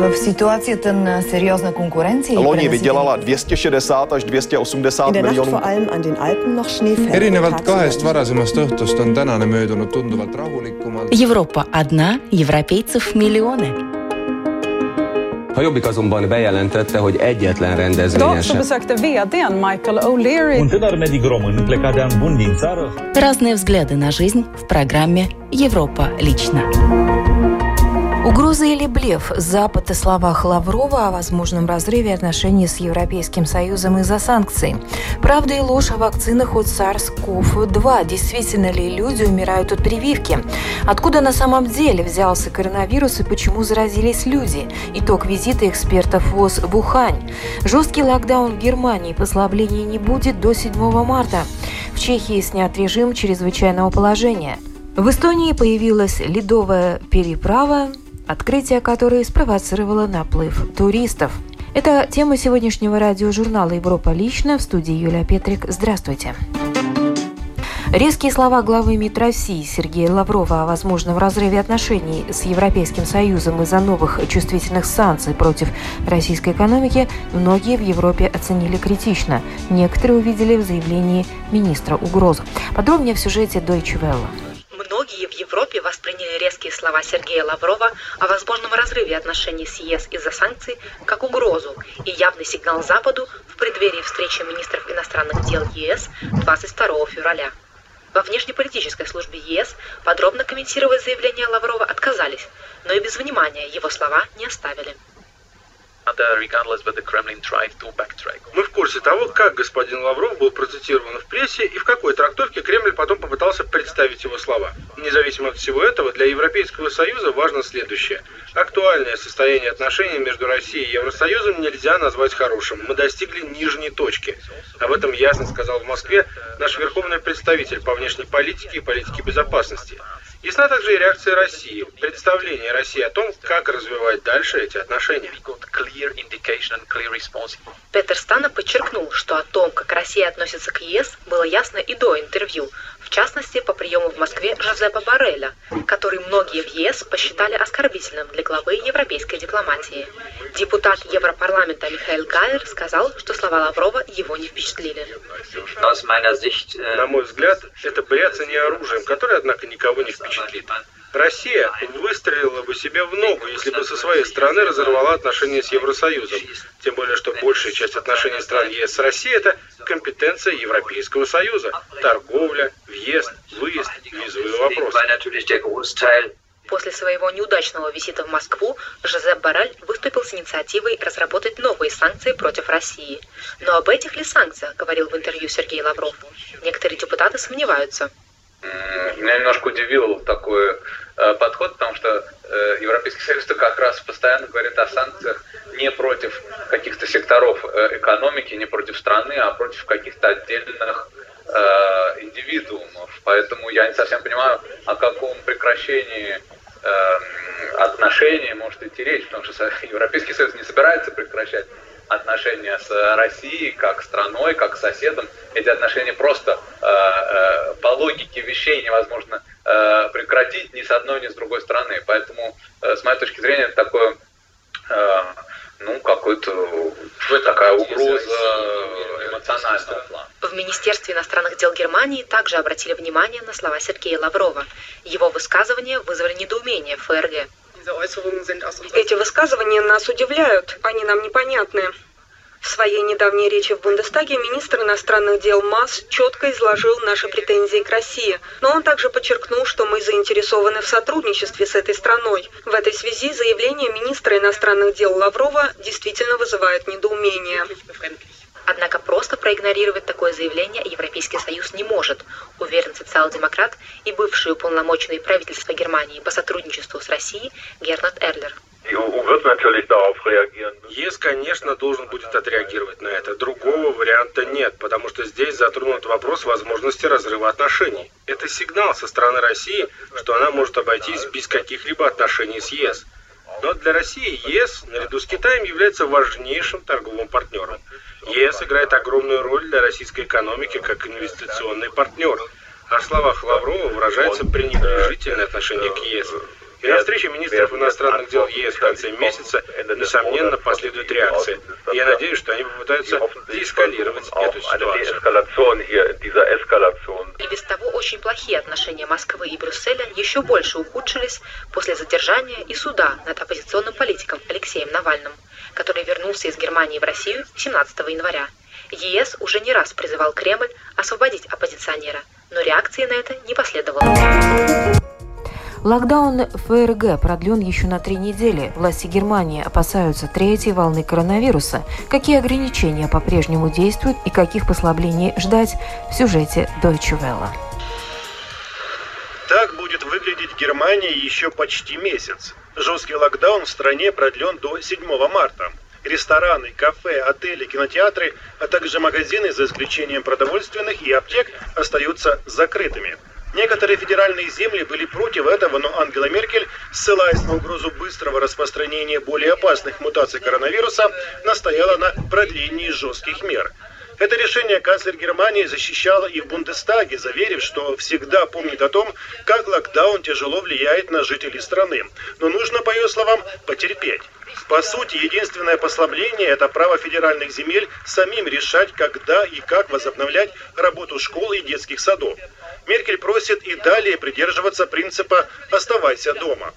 V situaci ten seriózna konkurenci. Loni vydělala 260 až 280 miljonů. Erinevalt kahest varasemast õhtust on tänane möödunud tunduvalt rahulikumalt. Европа одна, европейцев миллионы. A Jobbik azonban bejelentette, hogy egyetlen rendezvényen sem. Разные взгляды на жизнь в программе «Европа лично». Угроза или блеф? Запад о словах Лаврова о возможном разрыве отношений с Европейским Союзом из-за санкций. Правда и ложь о вакцинах от SARS-CoV-2. Действительно ли люди умирают от прививки? Откуда на самом деле взялся коронавирус и почему заразились люди? Итог визита экспертов ВОЗ в Ухань. Жесткий локдаун в Германии. Послаблений не будет до 7 марта. В Чехии снят режим чрезвычайного положения. В Эстонии появилась ледовая переправа, открытие которой спровоцировало наплыв туристов. Это тема сегодняшнего радиожурнала «Европа лично». В студии Юлия Петрик. Здравствуйте. Резкие слова главы МИД России Сергея Лаврова о возможном разрыве отношений с Европейским Союзом из-за новых чувствительных санкций против российской экономики многие в Европе оценили критично. Некоторые увидели в заявлении министра угрозу. Подробнее в сюжете Deutsche Welle. Многие в Европе восприняли резкие слова Сергея Лаврова о возможном разрыве отношений с ЕС из-за санкций как угрозу и явный сигнал Западу в преддверии встречи министров иностранных дел ЕС 22 февраля. Во внешнеполитической службе ЕС подробно комментировать заявление Лаврова отказались, но и без внимания его слова не оставили. Мы в курсе того, как господин Лавров был процитирован в прессе и в какой трактовке Кремль потом попытался представить его слова. Независимо от всего этого, для Европейского Союза важно следующее. Актуальное состояние отношений между Россией и Евросоюзом нельзя назвать хорошим. Мы достигли нижней точки. Об этом ясно сказал в Москве наш верховный представитель по внешней политике и политике безопасности. Ясна также и реакция России, представление России о том, как развивать дальше эти отношения. Петер Стана подчеркнул, что о том, как Россия относится к ЕС, было ясно и до интервью, в частности, по приему в Москве Жозепа Борреля, который многие в ЕС посчитали оскорбительным для главы европейской дипломатии. Депутат Европарламента Михаил Гайер сказал, что слова Лаврова его не впечатлили. На мой взгляд, это бряцание оружием, которое, однако, никого не впечатлит. Россия выстрелила бы себе в ногу, если бы со своей стороны разорвала отношения с Евросоюзом. Тем более, что большая часть отношений стран ЕС с Россией – это компетенция Европейского Союза. Торговля, въезд, выезд, визовые вопросы. После своего неудачного визита в Москву Жозеп Боррель выступил с инициативой разработать новые санкции против России. Но об этих ли санкциях говорил в интервью Сергей Лавров? Некоторые депутаты сомневаются. Меня немножко удивил такой подход, потому что Европейский Союз как раз постоянно говорит о санкциях не против каких-то секторов экономики, не против страны, а против каких-то отдельных индивидуумов. Поэтому я не совсем понимаю, о каком прекращении отношений может идти речь, потому что Европейский Союз не собирается прекращать отношения с Россией как страной, как соседом. Эти отношения просто по логике вещей невозможно прекратить ни с одной, ни с другой стороны. Поэтому, с моей точки зрения, это такое, такая угроза эмоционального плана. В Министерстве иностранных дел Германии также обратили внимание на слова Сергея Лаврова. Его высказывания вызвали недоумение в ФРГ. Эти высказывания нас удивляют, они нам непонятны. В своей недавней речи в Бундестаге министр иностранных дел Мас четко изложил наши претензии к России, но он также подчеркнул, что мы заинтересованы в сотрудничестве с этой страной. В этой связи заявление министра иностранных дел Лаврова действительно вызывает недоумение. Однако просто проигнорировать такое заявление Европейский Союз не может, уверен социал-демократ и бывший уполномоченный правительства Германии по сотрудничеству с Россией Гернот Эрлер. ЕС, конечно, должен будет отреагировать на это. Другого варианта нет, потому что здесь затронут вопрос возможности разрыва отношений. Это сигнал со стороны России, что она может обойтись без каких-либо отношений с ЕС. Но для России ЕС, наряду с Китаем, является важнейшим торговым партнером. ЕС играет огромную роль для российской экономики как инвестиционный партнер. А в словах Лаврова выражается пренебрежительное отношение к ЕС. И на встрече министров иностранных дел ЕС в конце месяца, несомненно, последует реакция. И я надеюсь, что они попытаются деэскалировать эту ситуацию. И без того очень плохие отношения Москвы и Брюсселя еще больше ухудшились после задержания и суда над оппозиционным политиком Алексеем Навальным, который вернулся из Германии в Россию 17 января. ЕС уже не раз призывал Кремль освободить оппозиционера, но реакции на это не последовало. Локдаун в ФРГ продлен еще на 3 недели. Власти Германии опасаются третьей волны коронавируса. Какие ограничения по-прежнему действуют и каких послаблений ждать в сюжете Deutsche Welle. Так будет выглядеть Германия еще почти месяц. Жесткий локдаун в стране продлен до 7 марта. Рестораны, кафе, отели, кинотеатры, а также магазины, за исключением продовольственных и аптек, остаются закрытыми. Некоторые федеральные земли были против этого, но Ангела Меркель, ссылаясь на угрозу быстрого распространения более опасных мутаций коронавируса, настояла на продлении жестких мер. Это решение канцлер Германии защищала и в Бундестаге, заверив, что всегда помнит о том, как локдаун тяжело влияет на жителей страны. Но нужно, по ее словам, потерпеть. По сути, единственное послабление – это право федеральных земель самим решать, когда и как возобновлять работу школ и детских садов. Меркель просит и далее придерживаться принципа «оставайся дома».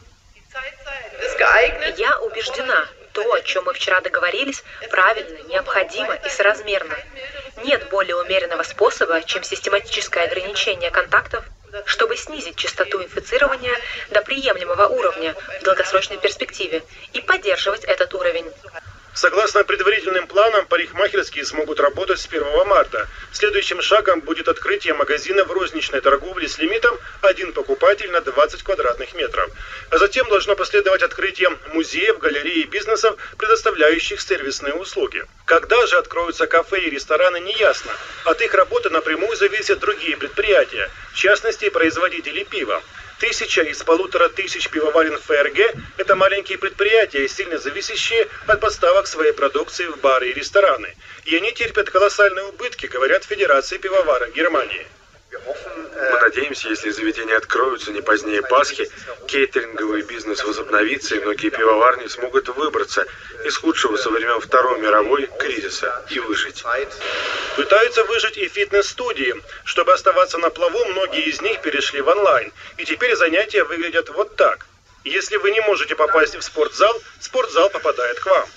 Я убеждена, то, о чем мы вчера договорились, правильно, необходимо и соразмерно. Нет более умеренного способа, чем систематическое ограничение контактов, чтобы снизить частоту инфицирования до приемлемого уровня в долгосрочной перспективе и поддерживать этот уровень. Согласно предварительным планам, парикмахерские смогут работать с 1 марта. Следующим шагом будет открытие магазинов розничной торговли с лимитом 1 покупатель на 20 квадратных метров. А затем должно последовать открытие музеев, галерей и бизнесов, предоставляющих сервисные услуги. Когда же откроются кафе и рестораны, неясно. От их работы напрямую зависят другие предприятия, в частности, производители пива. 1000 из 1500 пивоварен ФРГ – это маленькие предприятия, сильно зависящие от поставок своей продукции в бары и рестораны. И они терпят колоссальные убытки, говорят в Федерации пивоваров Германии. Мы надеемся, если заведения откроются не позднее Пасхи, кейтеринговый бизнес возобновится, и многие пивоварни смогут выбраться из худшего со времен Второй мировой кризиса и выжить. Пытаются выжить и фитнес-студии. Чтобы оставаться на плаву, многие из них перешли в онлайн. И теперь занятия выглядят вот так. Если вы не можете попасть в спортзал, спортзал попадает к вам.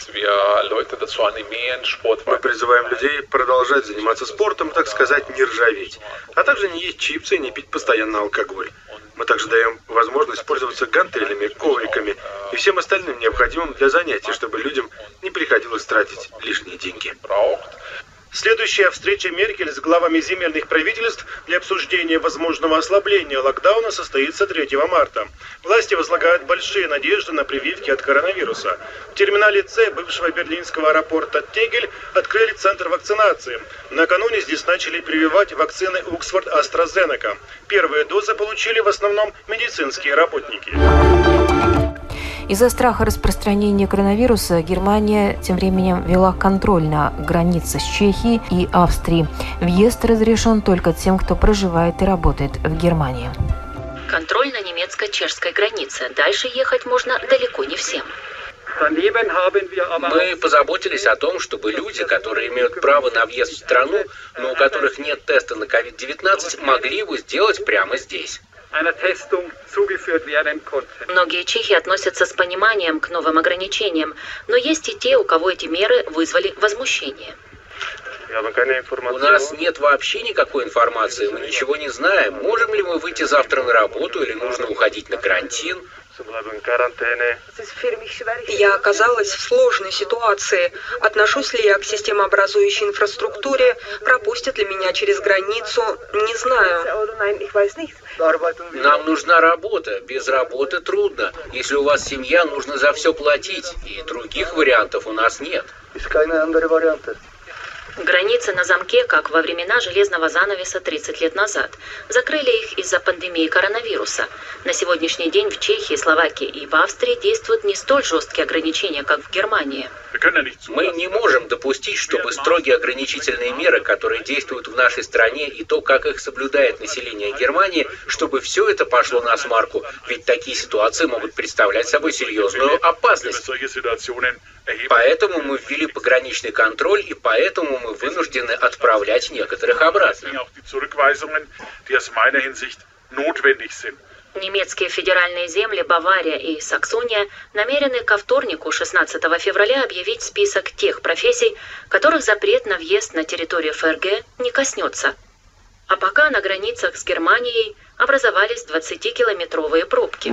Мы призываем людей продолжать заниматься спортом, так сказать, не ржаветь, а также не есть чипсы и не пить постоянно алкоголь. Мы также даем возможность пользоваться гантелями, ковриками и всем остальным необходимым для занятий, чтобы людям не приходилось тратить лишние деньги. Следующая встреча Меркель с главами земельных правительств для обсуждения возможного ослабления локдауна состоится 3 марта. Власти возлагают большие надежды на прививки от коронавируса. В терминале С бывшего берлинского аэропорта Тегель открыли центр вакцинации. Накануне здесь начали прививать вакцины Оксфорд-AstraZeneca. Первые дозы получили в основном медицинские работники. Из-за страха распространения коронавируса Германия тем временем ввела контроль на границе с Чехией и Австрией. Въезд разрешен только тем, кто проживает и работает в Германии. Контроль на немецко-чешской границе. Дальше ехать можно далеко не всем. Мы позаботились о том, чтобы люди, которые имеют право на въезд в страну, но у которых нет теста на COVID-19, могли его сделать прямо здесь. Многие чехи относятся с пониманием к новым ограничениям, но есть и те, у кого эти меры вызвали возмущение. У нас нет вообще никакой информации, мы ничего не знаем. Можем ли мы выйти завтра на работу или нужно уходить на карантин? Я оказалась в сложной ситуации. Отношусь ли я к системообразующей инфраструктуре? Пропустят ли меня через границу? Не знаю. Нам нужна работа. Без работы трудно. Если у вас семья, нужно за все платить. И других вариантов у нас нет. Границы на замке, как во времена железного занавеса 30 лет назад. Закрыли их из-за пандемии коронавируса. На сегодняшний день в Чехии, Словакии и в Австрии действуют не столь жесткие ограничения, как в Германии. Мы не можем допустить, чтобы строгие ограничительные меры, которые действуют в нашей стране, и то, как их соблюдает население Германии, чтобы все это пошло на смарку, ведь такие ситуации могут представлять собой серьезную опасность. Поэтому мы ввели пограничный контроль, и поэтому мы вынуждены отправлять некоторых обратно. Немецкие федеральные земли Бавария и Саксония намерены ко вторнику, 16 февраля, объявить список тех профессий, которых запрет на въезд на территорию ФРГ не коснется. А пока на границах с Германией образовались 20-километровые пробки.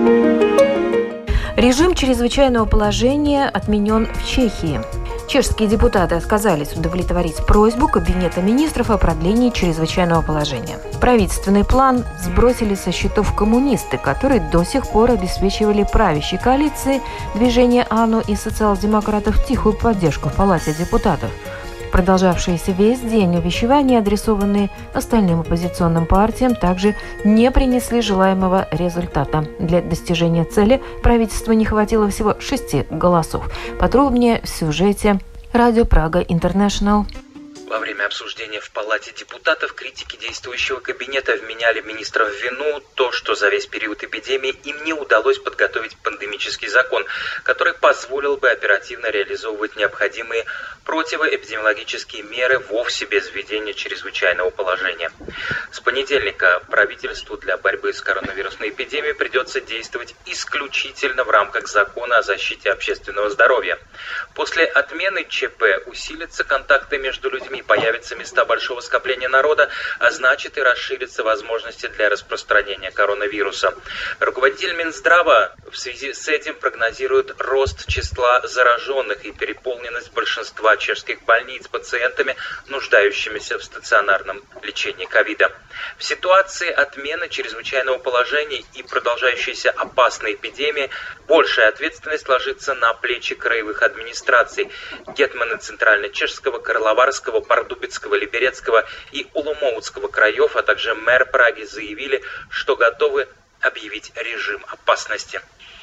Режим чрезвычайного положения отменен в Чехии. Чешские депутаты отказались удовлетворить просьбу Кабинета министров о продлении чрезвычайного положения. Правительственный план сбросили со счетов коммунисты, которые до сих пор обеспечивали правящей коалиции движения АНУ и социал-демократов тихую поддержку в Палате депутатов. Продолжавшиеся весь день увещевания, адресованные остальным оппозиционным партиям, также не принесли желаемого результата. Для достижения цели правительству не хватило всего 6 голосов. Подробнее в сюжете «Радио Прага Интернешнл». Во время обсуждения в Палате депутатов критики действующего кабинета вменяли министрам в вину то, что за весь период эпидемии им не удалось подготовить пандемический закон, который позволил бы оперативно реализовывать необходимые противоэпидемиологические меры вовсе без введения чрезвычайного положения. С понедельника правительству для борьбы с коронавирусной эпидемией придется действовать исключительно в рамках закона о защите общественного здоровья. После отмены ЧП усилятся контакты между людьми, появятся места большого скопления народа, а значит и расширятся возможности для распространения коронавируса. Руководитель Минздрава в связи с этим прогнозирует рост числа зараженных и переполненность большинства чешских больниц пациентами, нуждающимися в стационарном лечении ковида. В ситуации отмены чрезвычайного положения и продолжающейся опасной эпидемии большая ответственность ложится на плечи краевых администраций. Гетманы Центрально-Чешского, Карловарского, Пардубицкого, Либерецкого и Уломоутского краев, а также мэр Праги заявили, что готовы объявить режим опасности.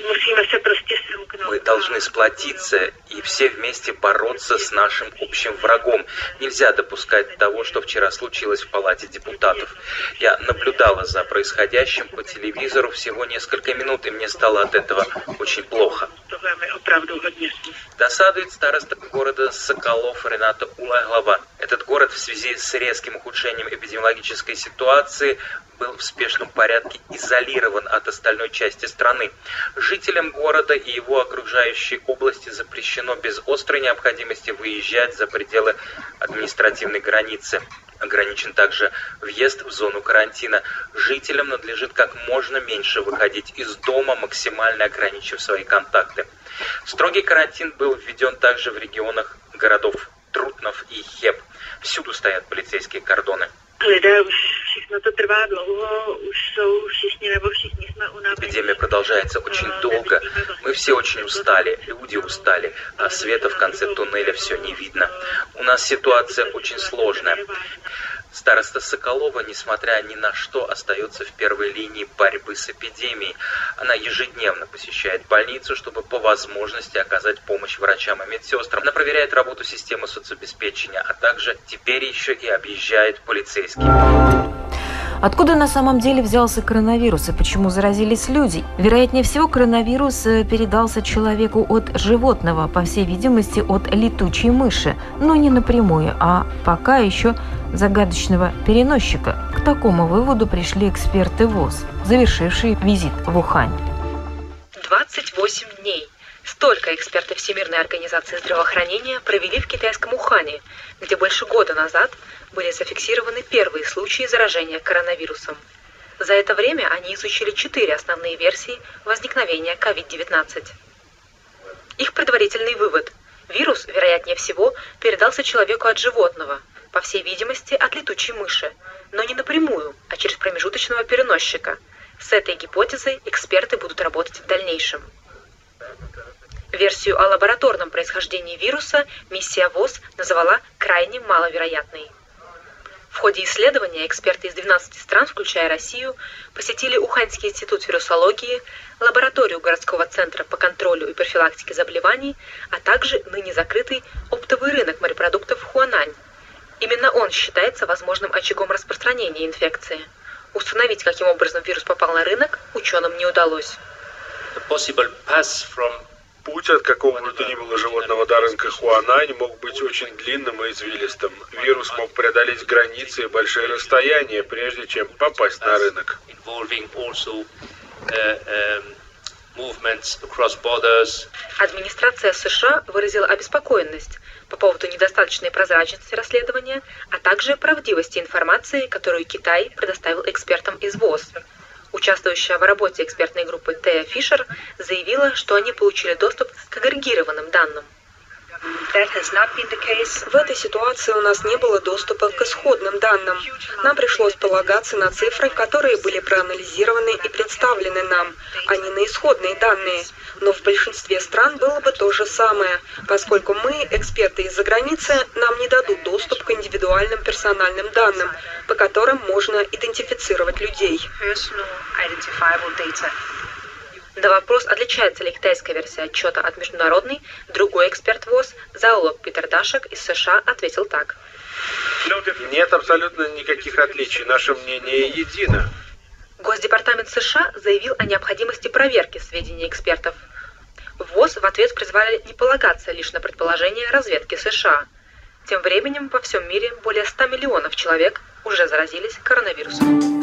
Мы должны сплотиться и все вместе бороться с нашим общим врагом. Нельзя допускать того, что вчера случилось в Палате депутатов. Я наблюдала за происходящим по телевизору всего несколько минут, и мне стало от этого очень плохо. Досадует староста города Соколов Рената Улеглова. Этот город в связи с резким ухудшением эпидемиологической ситуации был в спешном порядке изолирован от остальной части страны. Жителям города и его окружающей области запрещено без острой необходимости выезжать за пределы административной границы. Ограничен также въезд в зону карантина. Жителям надлежит как можно меньше выходить из дома, максимально ограничив свои контакты. Строгий карантин был введен также в регионах городов Трутнов и Хеб. Всюду стоят полицейские кордоны. Эпидемия продолжается очень долго. Мы все очень устали, люди устали, а света в конце туннеля все не видно. У нас ситуация очень сложная. Староста Соколова, несмотря ни на что, остается в первой линии борьбы с эпидемией. Она ежедневно посещает больницу, чтобы по возможности оказать помощь врачам и медсестрам. Она проверяет работу системы соцобеспечения, а также теперь еще и объезжает полицейские. Откуда на самом деле взялся коронавирус и почему заразились люди? Вероятнее всего, коронавирус передался человеку от животного, по всей видимости, от летучей мыши, но не напрямую, а пока еще загадочного переносчика. К такому выводу пришли эксперты ВОЗ, завершившие визит в Ухань. 28 дней. Столько эксперты Всемирной организации здравоохранения провели в китайском Ухане, где больше года назад были зафиксированы первые случаи заражения коронавирусом. За это время они изучили 4 основные версии возникновения COVID-19. Их предварительный вывод – вирус, вероятнее всего, передался человеку от животного, по всей видимости, от летучей мыши, но не напрямую, а через промежуточного переносчика. С этой гипотезой эксперты будут работать в дальнейшем. Версию о лабораторном происхождении вируса миссия ВОЗ назвала крайне маловероятной. В ходе исследования эксперты из 12 стран, включая Россию, посетили Уханьский институт вирусологии, лабораторию городского центра по контролю и профилактике заболеваний, а также ныне закрытый оптовый рынок морепродуктов Хуанань. Именно он считается возможным очагом распространения инфекции. Установить, каким образом вирус попал на рынок, ученым не удалось. Путь от какого бы то ни было животного до рынка Хуанань мог быть очень длинным и извилистым. Вирус мог преодолеть границы и большие расстояния, прежде чем попасть на рынок. Администрация США выразила обеспокоенность по поводу недостаточной прозрачности расследования, а также правдивости информации, которую Китай предоставил экспертам из ВОЗ. Участвующая в работе экспертной группы Тея Фишер заявила, что они получили доступ к агрегированным данным. В этой ситуации у нас не было доступа к исходным данным. Нам пришлось полагаться на цифры, которые были проанализированы и представлены нам, а не на исходные данные. Но в большинстве стран было бы то же самое, поскольку мы, эксперты из-за границы, нам не дадут доступ к индивидуальным персональным данным, по которым можно идентифицировать людей. На вопрос, отличается ли китайская версия отчета от международной, другой эксперт ВОЗ, зоолог Питер Дашек из США, ответил так. Нет абсолютно никаких отличий. Наше мнение едино. Госдепартамент США заявил о необходимости проверки сведений экспертов. ВОЗ в ответ призвали не полагаться лишь на предположения разведки США. Тем временем во всем мире более 100 миллионов человек уже заразились коронавирусом.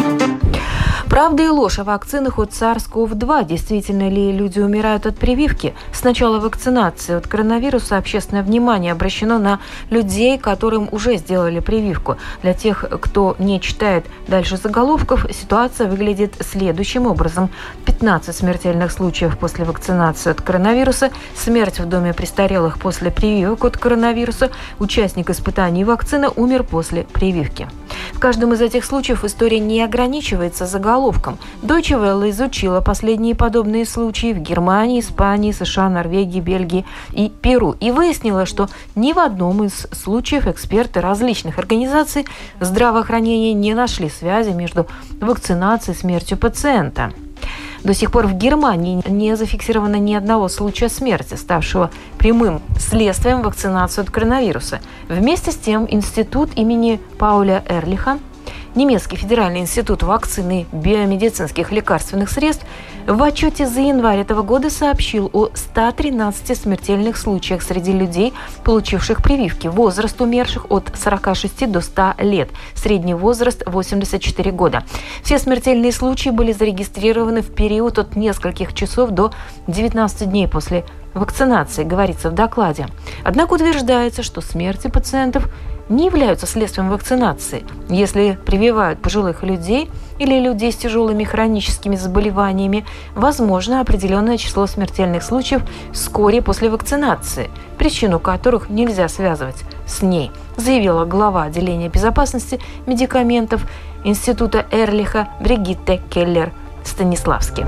Правда и ложь о вакцинах от SARS-CoV-2. Действительно ли люди умирают от прививки? С начала вакцинации от коронавируса общественное внимание обращено на людей, которым уже сделали прививку. Для тех, кто не читает дальше заголовков, ситуация выглядит следующим образом. 15 смертельных случаев после вакцинации от коронавируса, смерть в доме престарелых после прививок от коронавируса, участник испытаний вакцины умер после прививки. В каждом из этих случаев история не ограничивается заголовком. Deutsche Welle изучила последние подобные случаи в Германии, Испании, США, Норвегии, Бельгии и Перу и выяснила, что ни в одном из случаев эксперты различных организаций здравоохранения не нашли связи между вакцинацией и смертью пациента. До сих пор в Германии не зафиксировано ни одного случая смерти, ставшего прямым следствием вакцинации от коронавируса. Вместе с тем, институт имени Пауля Эрлиха, немецкий федеральный институт вакцин и биомедицинских лекарственных средств, в отчете за январь этого года сообщил о 113 смертельных случаях среди людей, получивших прививки. Возраст умерших от 46 до 100 лет. Средний возраст 84 года. Все смертельные случаи были зарегистрированы в период от нескольких часов до 19 дней после вакцинации, говорится в докладе. Однако утверждается, что смерти пациентов не являются следствием вакцинации. Если прививают пожилых людей или людей с тяжелыми хроническими заболеваниями, возможно определенное число смертельных случаев вскоре после вакцинации, причину которых нельзя связывать с ней, заявила глава отделения безопасности медикаментов Института Эрлиха Бригитте Келлер-Станиславски.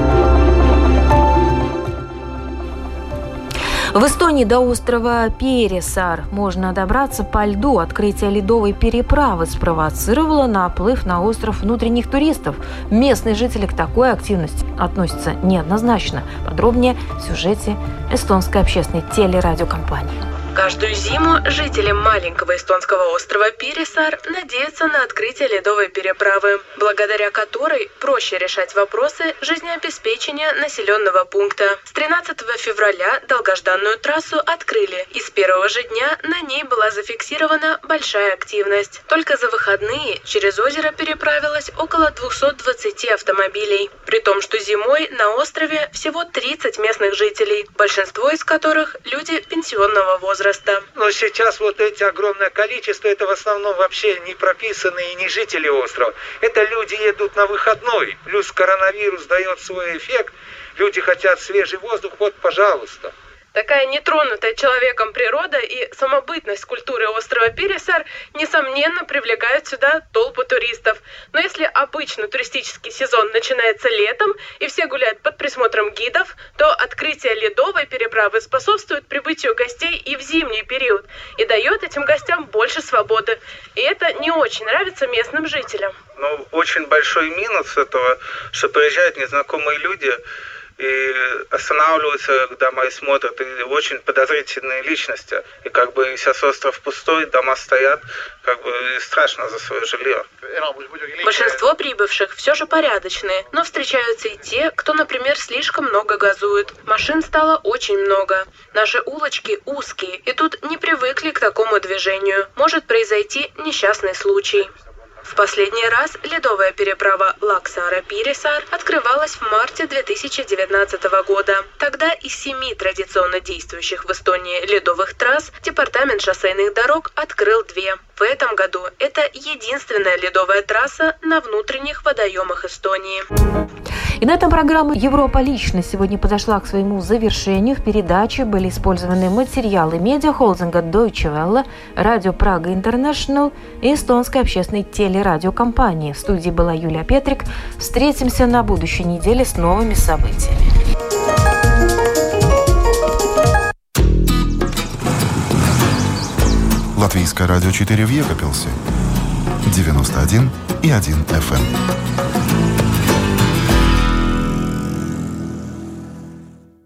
В Эстонии до острова Пиересаар можно добраться по льду. Открытие ледовой переправы спровоцировало наплыв на остров внутренних туристов. Местные жители к такой активности относятся неоднозначно. Подробнее в сюжете эстонской общественной телерадиокомпании. Каждую зиму жители маленького эстонского острова Пиересаар надеются на открытие ледовой переправы, благодаря которой проще решать вопросы жизнеобеспечения населенного пункта. С 13 февраля долгожданную трассу открыли, и с первого же дня на ней была зафиксирована большая активность. Только за выходные через озеро переправилось около 220 автомобилей. При том, что зимой на острове всего 30 местных жителей, большинство из которых люди пенсионного возраста. Но сейчас вот эти огромное количество, это в основном вообще не прописанные и не жители острова. Это люди едут на выходной, плюс коронавирус дает свой эффект, люди хотят свежий воздух, вот, пожалуйста. Такая нетронутая человеком природа и самобытность культуры острова Пиресар, несомненно, привлекают сюда толпу туристов. Но если обычно туристический сезон начинается летом и все гуляют под присмотром гидов, то открытие ледовой переправы способствует прибытию гостей и в зимний период и дает этим гостям больше свободы. И это не очень нравится местным жителям. Ну, очень большой минус этого, что приезжают незнакомые люди и останавливаются, дома и смотрят, и очень подозрительные личности. И как бы сейчас остров пустой, дома стоят, как бы страшно за свое жилье. Большинство прибывших все же порядочные, но встречаются и те, кто, например, слишком много газует. Машин стало очень много. Наши улочки узкие, и тут не привыкли к такому движению. Может произойти несчастный случай. В последний раз ледовая переправа Лаксара-Пиресар открывалась в марте 2019 года. Тогда из 7 традиционно действующих в Эстонии ледовых трасс департамент шоссейных дорог открыл 2. В этом году это единственная ледовая трасса на внутренних водоемах Эстонии. И на этом программа «Европа лично» сегодня подошла к своему завершению. В передаче были использованы материалы медиахолдинга Deutsche Welle, радио Прага Интернешнл и эстонской общественной телерадиокомпании. В студии была Юлия Петрик. Встретимся на будущей неделе с новыми событиями. Латвийское радио 4 в Егопилсе. 91,1 FM.